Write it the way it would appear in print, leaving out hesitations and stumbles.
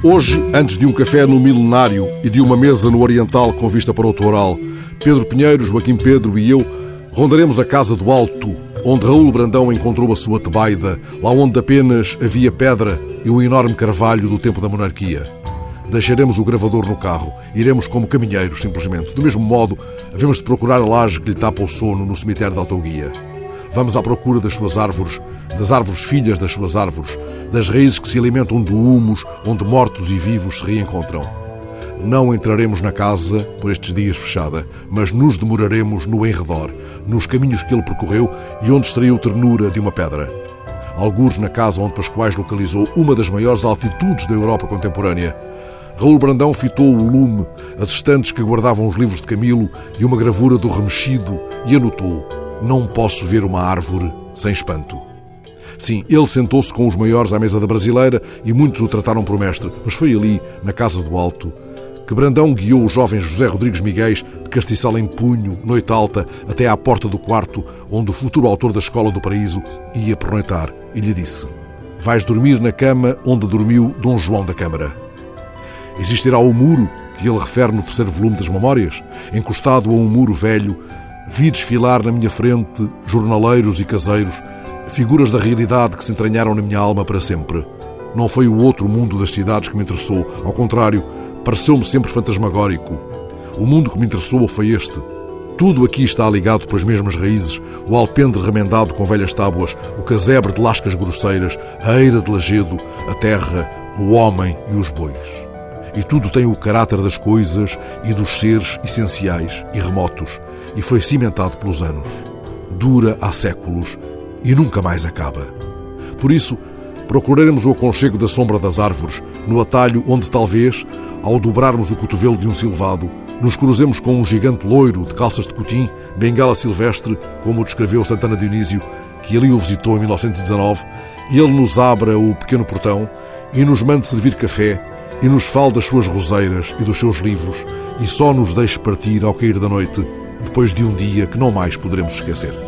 Hoje, antes de um café no Milenário e de uma mesa no Oriental com vista para o Toural, Pedro Pinheiro, Joaquim Pedro e eu rondaremos a Casa do Alto, onde Raul Brandão encontrou a sua tebaida, lá onde apenas havia pedra e um enorme carvalho do tempo da monarquia. Deixaremos o gravador no carro, iremos como caminheiros, simplesmente. Do mesmo modo, havemos de procurar a laje que lhe tapa o sono no cemitério da Autoguia. Vamos à procura das suas árvores, das árvores filhas das suas árvores, das raízes que se alimentam do humus, onde mortos e vivos se reencontram. Não entraremos na casa, por estes dias fechada, mas nos demoraremos no enredor, nos caminhos que ele percorreu e onde extraiu ternura de uma pedra. Algures na casa onde Pascoais localizou uma das maiores altitudes da Europa contemporânea. Raul Brandão fitou o lume, as estantes que guardavam os livros de Camilo e uma gravura do Remexido e anotou: não posso ver uma árvore sem espanto. Sim, ele sentou-se com os maiores à mesa da Brasileira e muitos o trataram por mestre, mas foi ali, na Casa do Alto, que Brandão guiou o jovem José Rodrigues Miguéis de castiçal em punho, noite alta, até à porta do quarto onde o futuro autor da Escola do Paraíso ia pernoitar e lhe disse: vais dormir na cama onde dormiu Dom João da Câmara. Existirá o muro que ele refere no terceiro volume das Memórias. Encostado a um muro velho, vi desfilar na minha frente jornaleiros e caseiros, figuras da realidade que se entranharam na minha alma para sempre. Não foi o outro mundo das cidades que me interessou, ao contrário, pareceu-me sempre fantasmagórico. O mundo que me interessou foi este. Tudo aqui está ligado pelas mesmas raízes: o alpendre remendado com velhas tábuas, o casebre de lascas grosseiras, a eira de lajedo, a terra, o homem e os bois. E tudo tem o caráter das coisas e dos seres essenciais e remotos, e foi cimentado pelos anos. Dura há séculos e nunca mais acaba. Por isso, procuraremos o aconchego da sombra das árvores, no atalho onde talvez, ao dobrarmos o cotovelo de um silvado, nos cruzemos com um gigante loiro de calças de cotim, bengala silvestre, como o descreveu Santana Dionísio, que ali o visitou em 1919, e ele nos abra o pequeno portão e nos mande servir café e nos fale das suas roseiras e dos seus livros e só nos deixe partir ao cair da noite, depois de um dia que não mais poderemos esquecer.